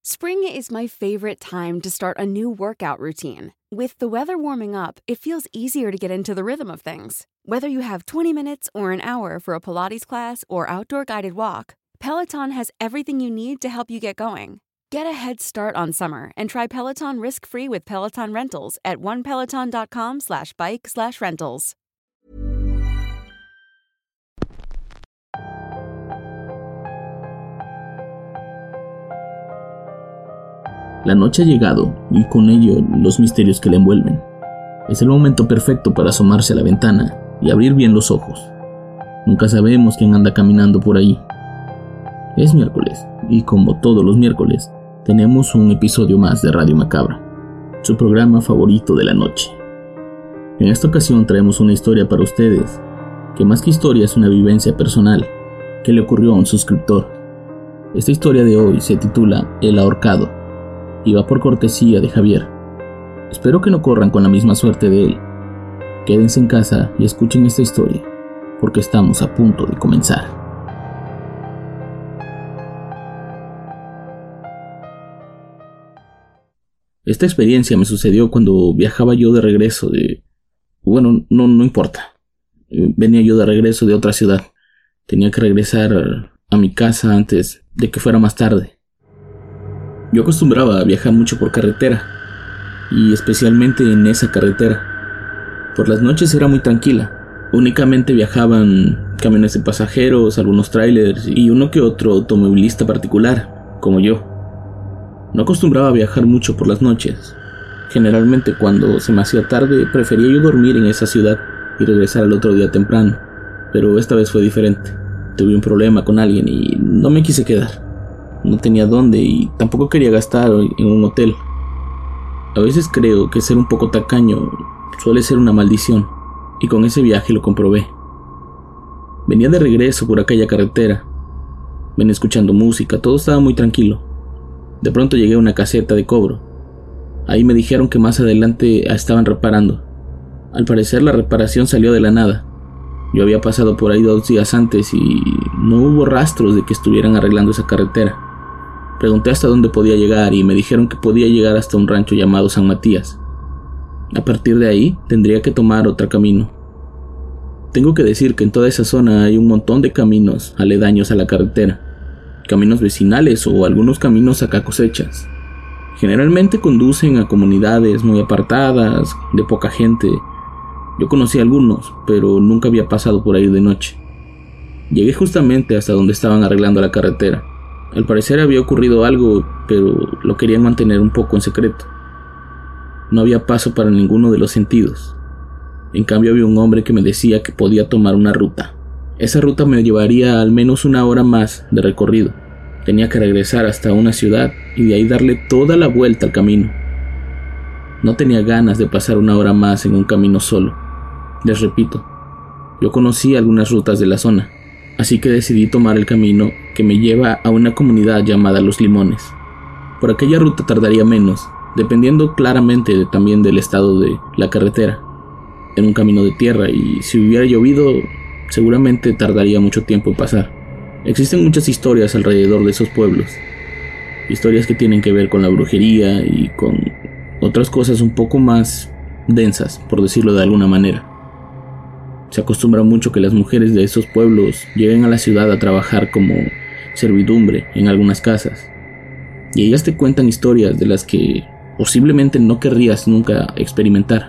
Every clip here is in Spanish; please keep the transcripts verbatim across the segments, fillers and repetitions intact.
Spring is my favorite time to start a new workout routine. With the weather warming up, it feels easier to get into the rhythm of things. Whether you have twenty minutes or an hour for a Pilates class or outdoor guided walk, Peloton has everything you need to help you get going. Get a head start on summer and try Peloton risk-free with Peloton Rentals at onepeloton.com slash bike slash rentals. La noche ha llegado y con ello los misterios que la envuelven. Es el momento perfecto para asomarse a la ventana y abrir bien los ojos. Nunca sabemos quién anda caminando por ahí. Es miércoles y como todos los miércoles tenemos un episodio más de Radio Macabra, su programa favorito de la noche. En esta ocasión traemos una historia para ustedes, que más que historia es una vivencia personal que le ocurrió a un suscriptor. Esta historia de hoy se titula El ahorcado y va por cortesía de Javier. Espero que no corran con la misma suerte de él. Quédense en casa y escuchen esta historia, porque estamos a punto de comenzar. Esta experiencia me sucedió cuando viajaba yo de regreso de... Bueno, no, no importa. Venía yo de regreso de otra ciudad. Tenía que regresar a mi casa antes de que fuera más tarde. Yo acostumbraba a viajar mucho por carretera, y especialmente en esa carretera. Por las noches era muy tranquila. Únicamente viajaban camiones de pasajeros, algunos trailers y uno que otro automovilista particular, como yo. No acostumbraba a viajar mucho por las noches. Generalmente cuando se me hacía tarde prefería yo dormir en esa ciudad y regresar al otro día temprano, pero esta vez fue diferente. Tuve un problema con alguien y no me quise quedar. No tenía dónde y tampoco quería gastar en un hotel. A veces creo que ser un poco tacaño suele ser una maldición, y con ese viaje lo comprobé. Venía de regreso por aquella carretera. Venía escuchando música, todo estaba muy tranquilo. De pronto llegué a una caseta de cobro. Ahí me dijeron que más adelante estaban reparando. Al parecer la reparación salió de la nada. Yo había pasado por ahí dos días antes y no hubo rastros de que estuvieran arreglando esa carretera. Pregunté hasta dónde podía llegar y me dijeron que podía llegar hasta un rancho llamado San Matías. A partir de ahí tendría que tomar otro camino. Tengo que decir que en toda esa zona hay un montón de caminos aledaños a la carretera, caminos vecinales o algunos caminos a cosechas. Generalmente conducen a comunidades muy apartadas, de poca gente. Yo conocí algunos, pero nunca había pasado por ahí de noche. Llegué justamente hasta donde estaban arreglando la carretera. Al parecer había ocurrido algo, pero lo querían mantener un poco en secreto. No había paso para ninguno de los sentidos. En cambio había un hombre que me decía que podía tomar una ruta. Esa ruta me llevaría al menos una hora más de recorrido. Tenía que regresar hasta una ciudad y de ahí darle toda la vuelta al camino. No tenía ganas de pasar una hora más en un camino solo. Les repito, yo conocí algunas rutas de la zona, así que decidí tomar el camino que me lleva a una comunidad llamada Los Limones. Por aquella ruta tardaría menos, dependiendo claramente de, también del estado de la carretera. En un camino de tierra y si hubiera llovido, seguramente tardaría mucho tiempo en pasar. Existen muchas historias alrededor de esos pueblos. Historias que tienen que ver con la brujería y con otras cosas un poco más densas, por decirlo de alguna manera. Se acostumbra mucho que las mujeres de esos pueblos lleguen a la ciudad a trabajar como servidumbre en algunas casas. Y ellas te cuentan historias de las que posiblemente no querrías nunca experimentar.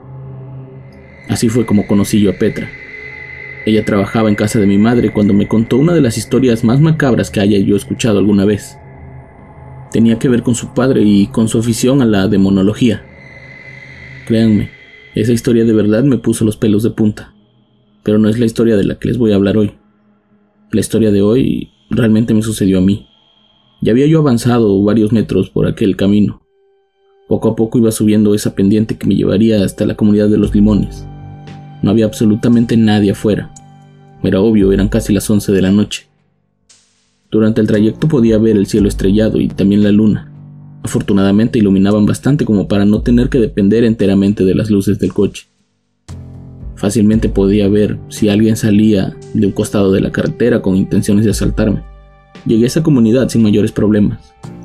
Así fue como conocí yo a Petra. Ella trabajaba en casa de mi madre cuando me contó una de las historias más macabras que haya yo escuchado alguna vez. Tenía que ver con su padre y con su afición a la demonología. Créanme, esa historia de verdad me puso los pelos de punta. Pero no es la historia de la que les voy a hablar hoy. La historia de hoy realmente me sucedió a mí. Ya había yo avanzado varios metros por aquel camino. Poco a poco iba subiendo esa pendiente que me llevaría hasta la comunidad de Los Limones. No había absolutamente nadie afuera. Era obvio, eran casi las once de la noche. Durante el trayecto podía ver el cielo estrellado y también la luna. Afortunadamente iluminaban bastante como para no tener que depender enteramente de las luces del coche. Fácilmente podía ver si alguien salía de un costado de la carretera con intenciones de asaltarme. Llegué a esa comunidad sin mayores problemas.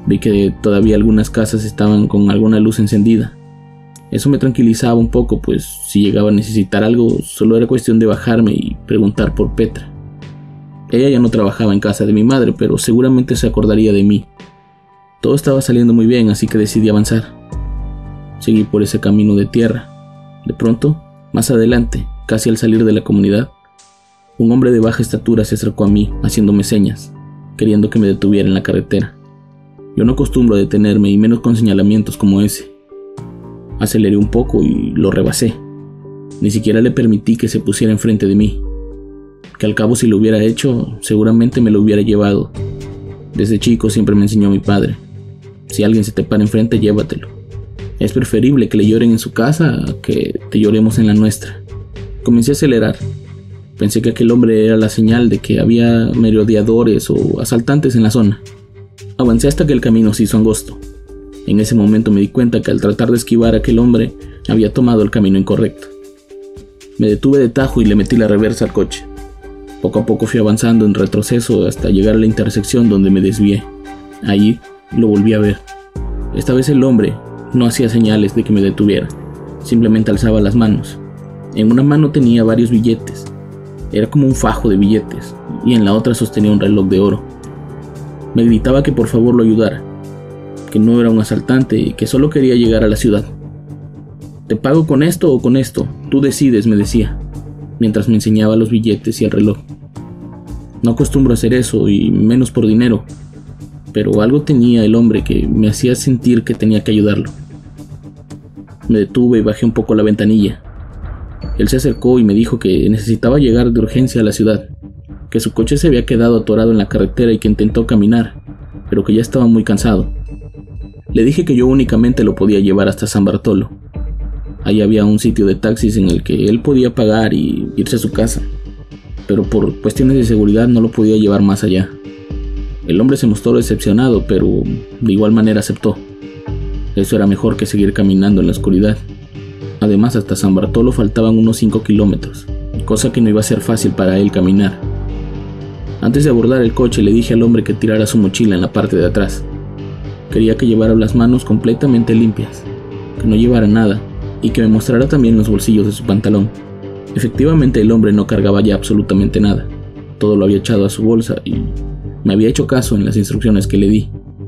Vi que todavía algunas casas estaban con alguna luz encendida. Eso me tranquilizaba un poco, pues si llegaba a necesitar algo, solo era cuestión de bajarme y preguntar por Petra. Ella ya no trabajaba en casa de mi madre, pero seguramente se acordaría de mí. Todo estaba saliendo muy bien, así que decidí avanzar. Seguí por ese camino de tierra. De pronto, más adelante, casi al salir de la comunidad, un hombre de baja estatura se acercó a mí, haciéndome señas, queriendo que me detuviera en la carretera. Yo no acostumbro a detenerme, y menos con señalamientos como ese. Aceleré un poco y lo rebasé. Ni siquiera le permití que se pusiera enfrente de mí, que al cabo si lo hubiera hecho, seguramente me lo hubiera llevado. Desde chico siempre me enseñó mi padre: si alguien se te para enfrente, llévatelo. Es preferible que le lloren en su casa a que te lloremos en la nuestra. Comencé a acelerar. Pensé que aquel hombre era la señal de que había merodeadores o asaltantes en la zona. Avancé hasta que el camino se hizo angosto. En ese momento me di cuenta que al tratar de esquivar a aquel hombre, había tomado el camino incorrecto. Me detuve de tajo y le metí la reversa al coche. Poco a poco fui avanzando en retroceso hasta llegar a la intersección donde me desvié. Allí lo volví a ver. Esta vez el hombre no hacía señales de que me detuviera, simplemente alzaba las manos. En una mano tenía varios billetes, era como un fajo de billetes, y en la otra sostenía un reloj de oro. Me gritaba que por favor lo ayudara, que no era un asaltante y que solo quería llegar a la ciudad. «Te pago con esto o con esto, tú decides», me decía, mientras me enseñaba los billetes y el reloj. No acostumbro a hacer eso, y menos por dinero, pero algo tenía el hombre que me hacía sentir que tenía que ayudarlo. Me detuve y bajé un poco la ventanilla. Él se acercó y me dijo que necesitaba llegar de urgencia a la ciudad, que su coche se había quedado atorado en la carretera y que intentó caminar, pero que ya estaba muy cansado. Le dije que yo únicamente lo podía llevar hasta San Bartolo. Ahí había un sitio de taxis en el que él podía pagar y irse a su casa, pero por cuestiones de seguridad no lo podía llevar más allá. El hombre se mostró decepcionado, pero de igual manera aceptó. Eso era mejor que seguir caminando en la oscuridad. Además, hasta San Bartolo faltaban unos cinco kilómetros, cosa que no iba a ser fácil para él caminar. Antes de abordar el coche, le dije al hombre que tirara su mochila en la parte de atrás. Quería que llevara las manos completamente limpias, que no llevara nada, y que me mostrara también los bolsillos de su pantalón. Efectivamente, el hombre no cargaba ya absolutamente nada. Todo lo había echado a su bolsa y me había hecho caso en las instrucciones que le di.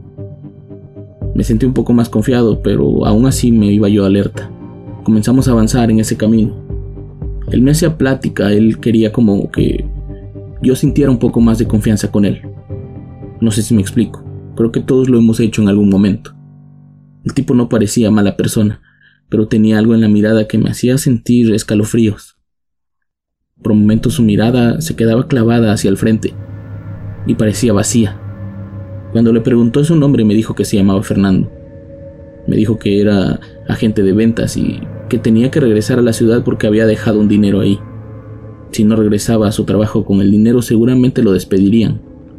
Me sentí un poco más confiado, pero aún así me iba yo alerta. Comenzamos a avanzar en ese camino. Él me hacía plática, él quería como que yo sintiera un poco más de confianza con él. No sé si me explico, creo que todos lo hemos hecho en algún momento. El tipo no parecía mala persona, pero tenía algo en la mirada que me hacía sentir escalofríos. Por momentos su mirada se quedaba clavada hacia el frente y parecía vacía. Cuando le preguntó su nombre me dijo que se llamaba Fernando. Me dijo que era agente de ventas y que tenía que regresar a la ciudad porque había dejado un dinero ahí. Si no regresaba a su trabajo con el dinero, seguramente lo despedirían.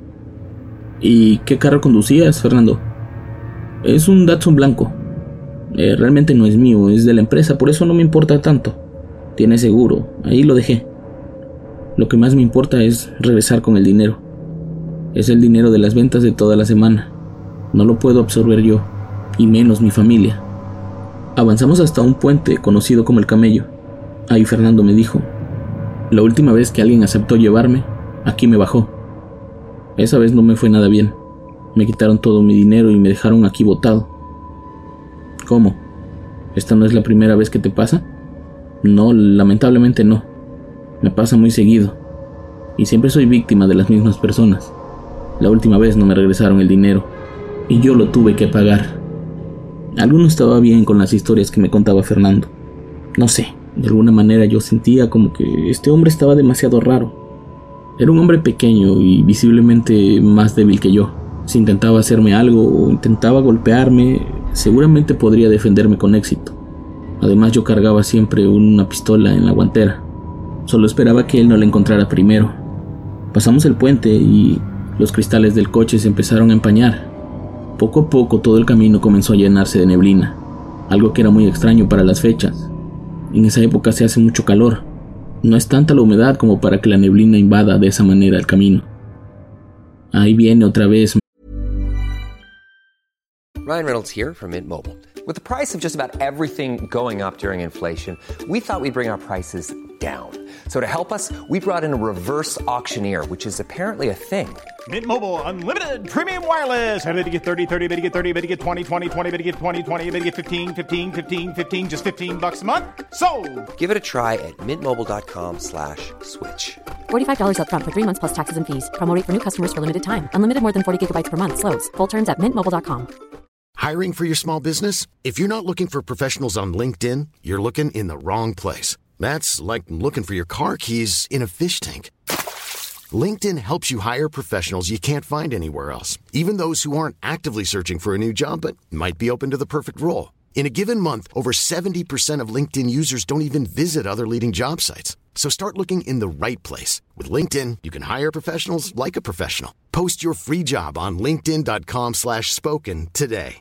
¿Y qué carro conducías, Fernando? Es un Datsun blanco. Eh, realmente no es mío, es de la empresa, por eso no me importa tanto. Tiene seguro, ahí lo dejé. Lo que más me importa es regresar con el dinero. Es el dinero de las ventas de toda la semana. No lo puedo absorber yo, y menos mi familia. Avanzamos hasta un puente conocido como el Camello. Ahí Fernando me dijo: la última vez que alguien aceptó llevarme, aquí me bajó. Esa vez no me fue nada bien. Me quitaron todo mi dinero y me dejaron aquí botado. ¿Cómo? ¿Esta no es la primera vez que te pasa? No, lamentablemente no. Me pasa muy seguido. Y siempre soy víctima de las mismas personas. La última vez no me regresaron el dinero y yo lo tuve que pagar. Algo no estaba bien con las historias que me contaba Fernando. No sé, de alguna manera yo sentía como que este hombre estaba demasiado raro. Era un hombre pequeño y visiblemente más débil que yo. Si intentaba hacerme algo o intentaba golpearme, seguramente podría defenderme con éxito. Además, yo cargaba siempre una pistola en la guantera. Solo esperaba que él no la encontrara primero. Pasamos el puente y los cristales del coche se empezaron a empañar. Poco a poco todo el camino comenzó a llenarse de neblina, algo que era muy extraño para las fechas. En esa época se hace mucho calor. No es tanta la humedad como para que la neblina invada de esa manera el camino. Ahí viene otra vez. Ryan Reynolds here from Mint Mobile. With the price of just about everything going up during inflation, we thought we'd bring our prices down. So to help us, we brought in a reverse auctioneer, which is apparently a thing. Mint Mobile Unlimited Premium Wireless. How to get thirty, thirty, how to get thirty, how to get twenty, twenty, twenty, how to get twenty, twenty, how to get fifteen, fifteen, fifteen, fifteen, just fifteen bucks a month? Sold! Give it a try at mintmobile.com slash switch. forty-five dollars up front for three months plus taxes and fees. Promo rate for new customers for limited time. Unlimited more than forty gigabytes per month. Slows full terms at mint mobile dot com. Hiring for your small business? If you're not looking for professionals on LinkedIn, you're looking in the wrong place. That's like looking for your car keys in a fish tank. LinkedIn helps you hire professionals you can't find anywhere else, even those who aren't actively searching for a new job but might be open to the perfect role. In a given month, over seventy percent of LinkedIn users don't even visit other leading job sites. So start looking in the right place. With LinkedIn, you can hire professionals like a professional. Post your free job on linkedin.com slash spoken today.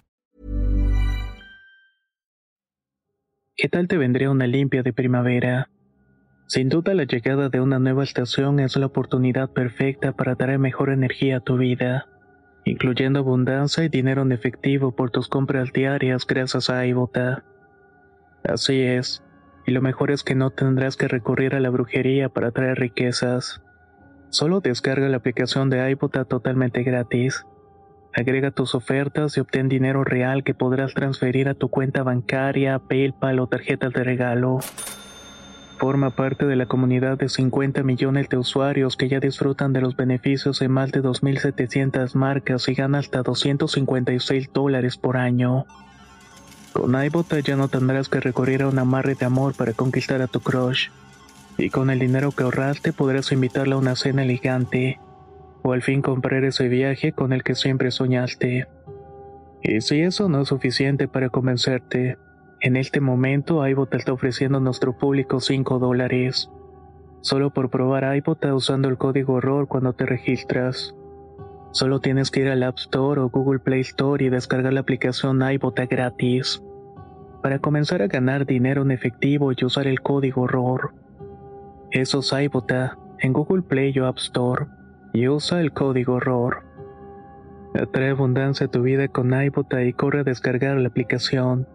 ¿Qué tal te vendría una limpia de primavera? Sin duda la llegada de una nueva estación es la oportunidad perfecta para traer mejor energía a tu vida, incluyendo abundancia y dinero en efectivo por tus compras diarias gracias a iBota. Así es, y lo mejor es que no tendrás que recurrir a la brujería para traer riquezas. Solo descarga la aplicación de iBota totalmente gratis. Agrega tus ofertas y obtén dinero real que podrás transferir a tu cuenta bancaria, PayPal o tarjetas de regalo. Forma parte de la comunidad de cincuenta millones de usuarios que ya disfrutan de los beneficios de más de dos mil setecientas marcas y gana hasta doscientos cincuenta y seis dólares por año. Con iBota ya no tendrás que recurrir a un amarre de amor para conquistar a tu crush. Y con el dinero que ahorraste podrás invitarla a una cena elegante. O al fin comprar ese viaje con el que siempre soñaste. Y si eso no es suficiente para convencerte, en este momento iBota está ofreciendo a nuestro público cinco dólares. Solo por probar iBota usando el código error cuando te registras. Solo tienes que ir al App Store o Google Play Store y descargar la aplicación iBota gratis. Para comenzar a ganar dinero en efectivo y usar el código error. Eso es iBota en Google Play o App Store. Y usa el código error. Atrae abundancia a tu vida con iBota y corre a descargar la aplicación.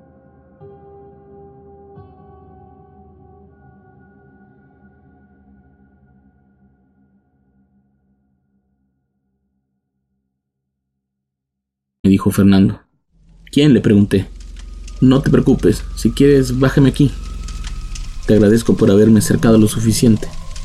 Me dijo Fernando. ¿Quién? Le pregunté. No te preocupes, si quieres bájame aquí. Te agradezco por haberme acercado lo suficiente.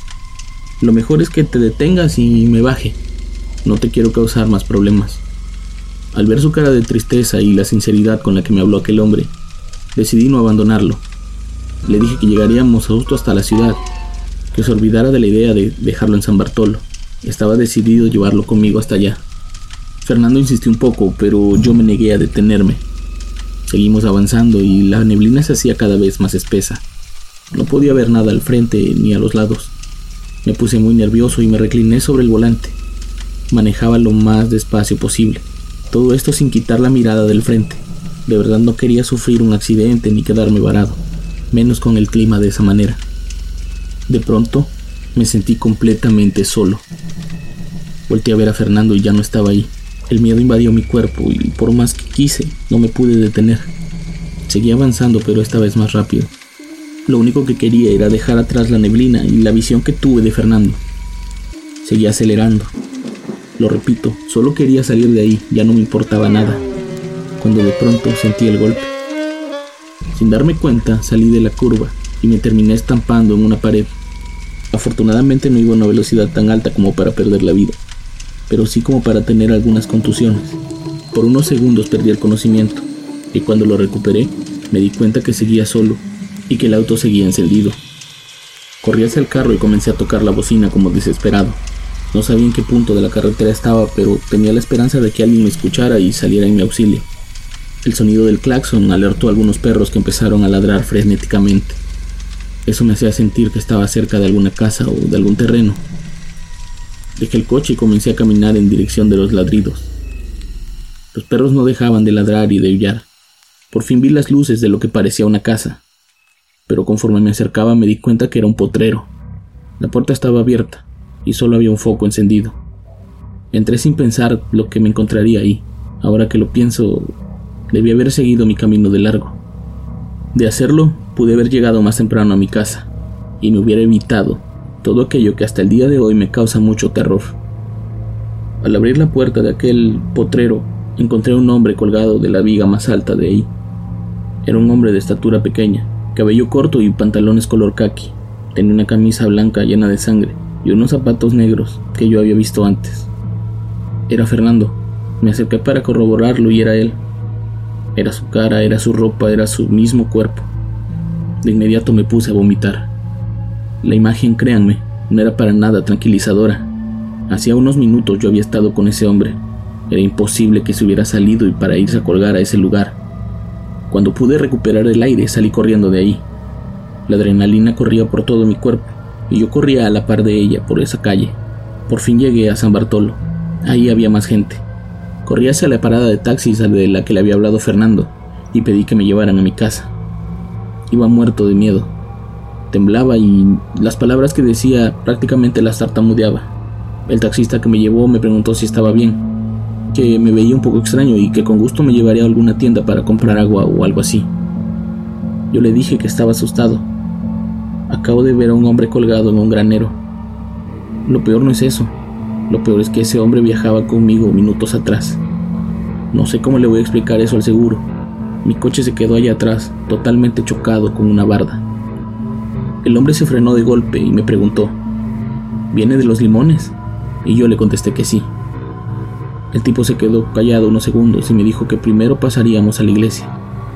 Lo mejor es que te detengas y me baje. No te quiero causar más problemas. Al ver su cara de tristeza y la sinceridad con la que me habló aquel hombre, decidí no abandonarlo. Le dije que llegaríamos justo hasta la ciudad, que se olvidara de la idea de dejarlo en San Bartolo. Estaba decidido a llevarlo conmigo hasta allá. Fernando insistió un poco, pero yo me negué a detenerme. Seguimos avanzando y la neblina se hacía cada vez más espesa. No podía ver nada al frente ni a los lados. Me puse muy nervioso y me recliné sobre el volante. Manejaba lo más despacio posible. Todo esto sin quitar la mirada del frente. De verdad no quería sufrir un accidente ni quedarme varado, menos con el clima de esa manera. De pronto, me sentí completamente solo. Volteé a ver a Fernando y ya no estaba ahí. El miedo invadió mi cuerpo y por más que quise, no me pude detener. Seguí avanzando, pero esta vez más rápido. Lo único que quería era dejar atrás la neblina y la visión que tuve de Fernando. Seguí acelerando. Lo repito, solo quería salir de ahí, ya no me importaba nada. Cuando de pronto sentí el golpe. Sin darme cuenta, salí de la curva y me terminé estampando en una pared. Afortunadamente no iba a una velocidad tan alta como para perder la vida, pero sí como para tener algunas contusiones. Por unos segundos perdí el conocimiento, y cuando lo recuperé, me di cuenta que seguía solo y que el auto seguía encendido. Corrí hacia el carro y comencé a tocar la bocina como desesperado. No sabía en qué punto de la carretera estaba, pero tenía la esperanza de que alguien me escuchara y saliera en mi auxilio. El sonido del claxon alertó a algunos perros que empezaron a ladrar frenéticamente. Eso me hacía sentir que estaba cerca de alguna casa o de algún terreno. Dejé el coche y comencé a caminar en dirección de los ladridos. Los perros no dejaban de ladrar y de aullar. Por fin vi las luces de lo que parecía una casa, pero conforme me acercaba me di cuenta que era un potrero. La puerta estaba abierta y solo había un foco encendido. Entré sin pensar lo que me encontraría ahí. Ahora que lo pienso, Debí haber seguido mi camino de largo. De hacerlo, pude haber llegado más temprano a mi casa, y me hubiera evitado todo aquello que hasta el día de hoy me causa mucho terror. Al abrir la puerta de aquel potrero, encontré a un hombre colgado de la viga más alta de ahí. Era un hombre de estatura pequeña, cabello corto y pantalones color caqui. Tenía una camisa blanca llena de sangre y unos zapatos negros que yo había visto antes. Era Fernando. Me acerqué para corroborarlo y era él. Era su cara, era su ropa, era su mismo cuerpo. De inmediato me puse a vomitar. La imagen, créanme, no era para nada tranquilizadora. Hacía unos minutos yo había estado con ese hombre. Era imposible que se hubiera salido y para irse a colgar a ese lugar. Cuando pude recuperar el aire, salí corriendo de ahí. La adrenalina corría por todo mi cuerpo y yo corría a la par de ella por esa calle. Por fin llegué a San Bartolo. Ahí había más gente. Corrí hacia la parada de taxis de la que le había hablado Fernando y pedí que me llevaran a mi casa. Iba muerto de miedo. Temblaba y las palabras que decía prácticamente las tartamudeaba. El taxista que me llevó me preguntó si estaba bien, que me veía un poco extraño y que con gusto me llevaría a alguna tienda para comprar agua o algo así. Yo le dije que estaba asustado. Acabo de ver a un hombre colgado en un granero. Lo peor no es eso. Lo peor es que ese hombre viajaba conmigo minutos atrás. No sé cómo le voy a explicar eso al seguro. Mi coche se quedó allá atrás, totalmente chocado con una barda. El hombre se frenó de golpe y me preguntó: ¿viene de Los Limones? Y yo le contesté que sí. El tipo se quedó callado unos segundos y me dijo que primero pasaríamos a la iglesia.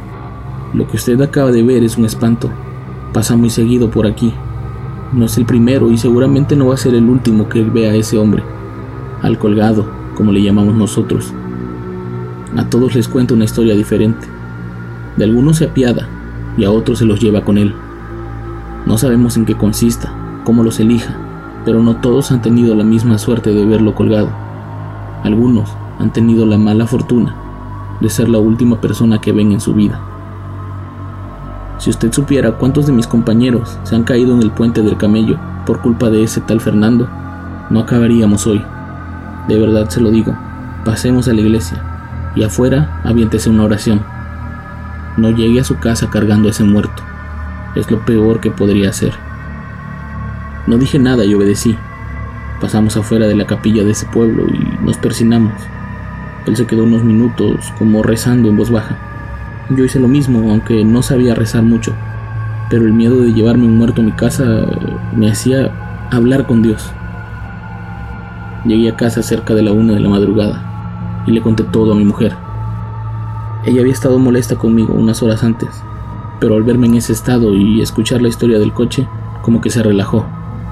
Lo que usted acaba de ver es un espanto. Pasa muy seguido por aquí. No es el primero y seguramente no va a ser el último que vea a ese hombre, al colgado, como le llamamos nosotros. A todos les cuenta una historia diferente. De algunos se apiada y a otros se los lleva con él. No sabemos en qué consista, cómo los elija, pero no todos han tenido la misma suerte de verlo colgado. Algunos han tenido la mala fortuna de ser la última persona que ven en su vida. Si usted supiera cuántos de mis compañeros se han caído en el puente del camello por culpa de ese tal Fernando, no acabaríamos hoy. De verdad se lo digo, pasemos a la iglesia y afuera aviéntese una oración. No llegue a su casa cargando a ese muerto. Es lo peor que podría hacer. No dije nada y obedecí. Pasamos afuera de la capilla de ese pueblo y nos persinamos. Él se quedó unos minutos como rezando en voz baja. Yo hice lo mismo, aunque no sabía rezar mucho, pero el miedo de llevarme un muerto a mi casa me hacía hablar con Dios. Llegué a casa cerca de la una de la madrugada y le conté todo a mi mujer. Ella había estado molesta conmigo unas horas antes, pero al verme en ese estado y escuchar la historia del coche, como que se relajó.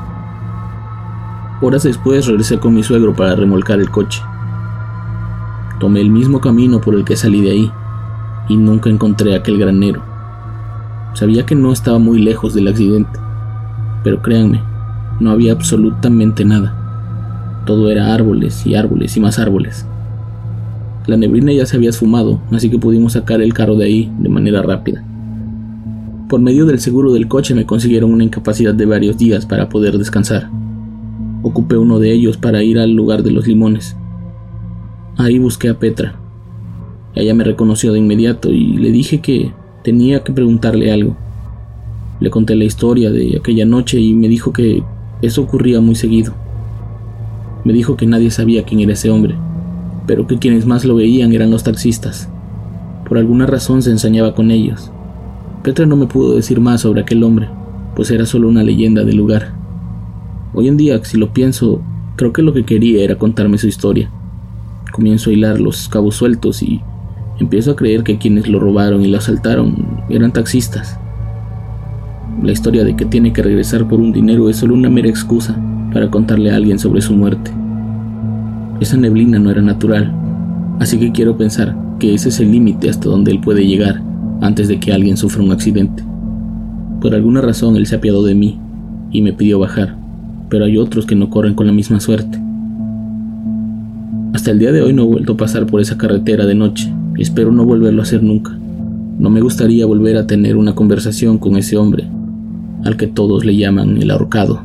Horas después regresé con mi suegro para remolcar el coche. Tomé el mismo camino por el que salí de ahí y nunca encontré aquel granero. Sabía que no estaba muy lejos del accidente, pero créanme, no había absolutamente nada. Todo era árboles y árboles y más árboles. La neblina ya se había esfumado, así que pudimos sacar el carro de ahí de manera rápida. Por medio del seguro del coche me consiguieron una incapacidad de varios días para poder descansar. Ocupé uno de ellos para ir al lugar de Los Limones. Ahí busqué a Petra. Ella me reconoció de inmediato y le dije que tenía que preguntarle algo. Le conté la historia de aquella noche y me dijo que eso ocurría muy seguido. Me dijo que nadie sabía quién era ese hombre, pero que quienes más lo veían eran los taxistas. Por alguna razón se ensañaba con ellos. Petra no me pudo decir más sobre aquel hombre, pues era solo una leyenda del lugar. Hoy en día, si lo pienso, creo que lo que quería era contarme su historia. Comienzo a hilar los cabos sueltos y empiezo a creer que quienes lo robaron y lo asaltaron eran taxistas. La historia de que tiene que regresar por un dinero es solo una mera excusa para contarle a alguien sobre su muerte. Esa neblina no era natural, así que quiero pensar que ese es el límite hasta donde él puede llegar antes de que alguien sufra un accidente. Por alguna razón él se apiadó de mí y me pidió bajar, pero hay otros que no corren con la misma suerte. Hasta el día de hoy no he vuelto a pasar por esa carretera de noche y espero no volverlo a hacer nunca. No me gustaría volver a tener una conversación con ese hombre, al que todos le llaman el ahorcado.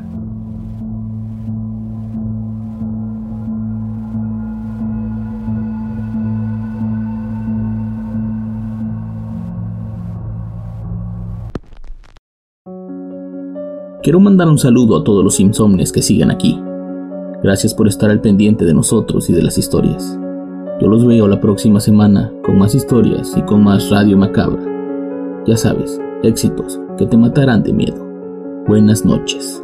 Quiero mandar un saludo a todos los insomnes que siguen aquí. Gracias por estar al pendiente de nosotros y de las historias. Yo los veo la próxima semana con más historias y con más Radio Macabra. Ya sabes, éxitos que te matarán de miedo. Buenas noches.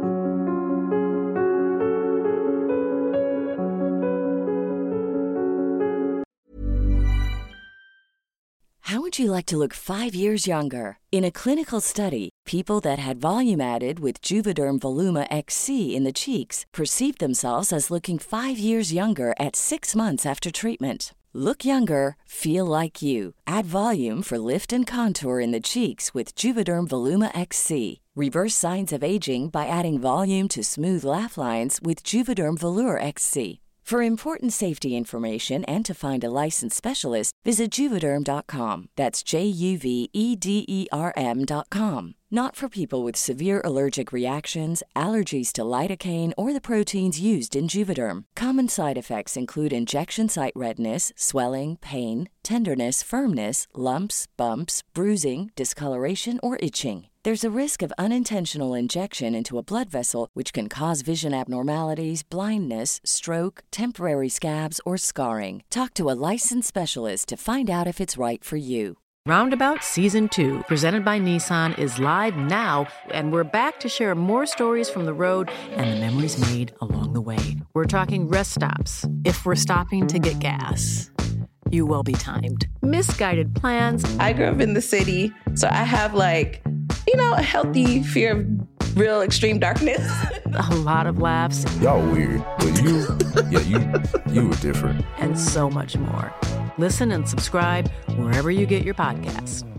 How would you like to look five years younger? In a clinical study, people that had volume added with Juvederm Voluma X C in the cheeks perceived themselves as looking five years younger at six months after treatment. Look younger, feel like you. Add volume for lift and contour in the cheeks with Juvederm Voluma X C. Reverse signs of aging by adding volume to smooth laugh lines with Juvederm Volure X C. For important safety information and to find a licensed specialist, visit Juvederm dot com. That's J U V E D E R M dot com. Not for people with severe allergic reactions, allergies to lidocaine, or the proteins used in Juvederm. Common side effects include injection site redness, swelling, pain, tenderness, firmness, lumps, bumps, bruising, discoloration, or itching. There's a risk of unintentional injection into a blood vessel, which can cause vision abnormalities, blindness, stroke, temporary scabs, or scarring. Talk to a licensed specialist to find out if it's right for you. Roundabout Season two, presented by Nissan, is live now, and we're back to share more stories from the road and the memories made along the way. We're talking rest stops. If we're stopping to get gas, you will be timed. Misguided plans. I grew up in the city, so I have like, you know, a healthy fear of real extreme darkness. A lot of laughs. Y'all weird, but you, yeah, you, you were different. And so much more. Listen and subscribe wherever you get your podcasts.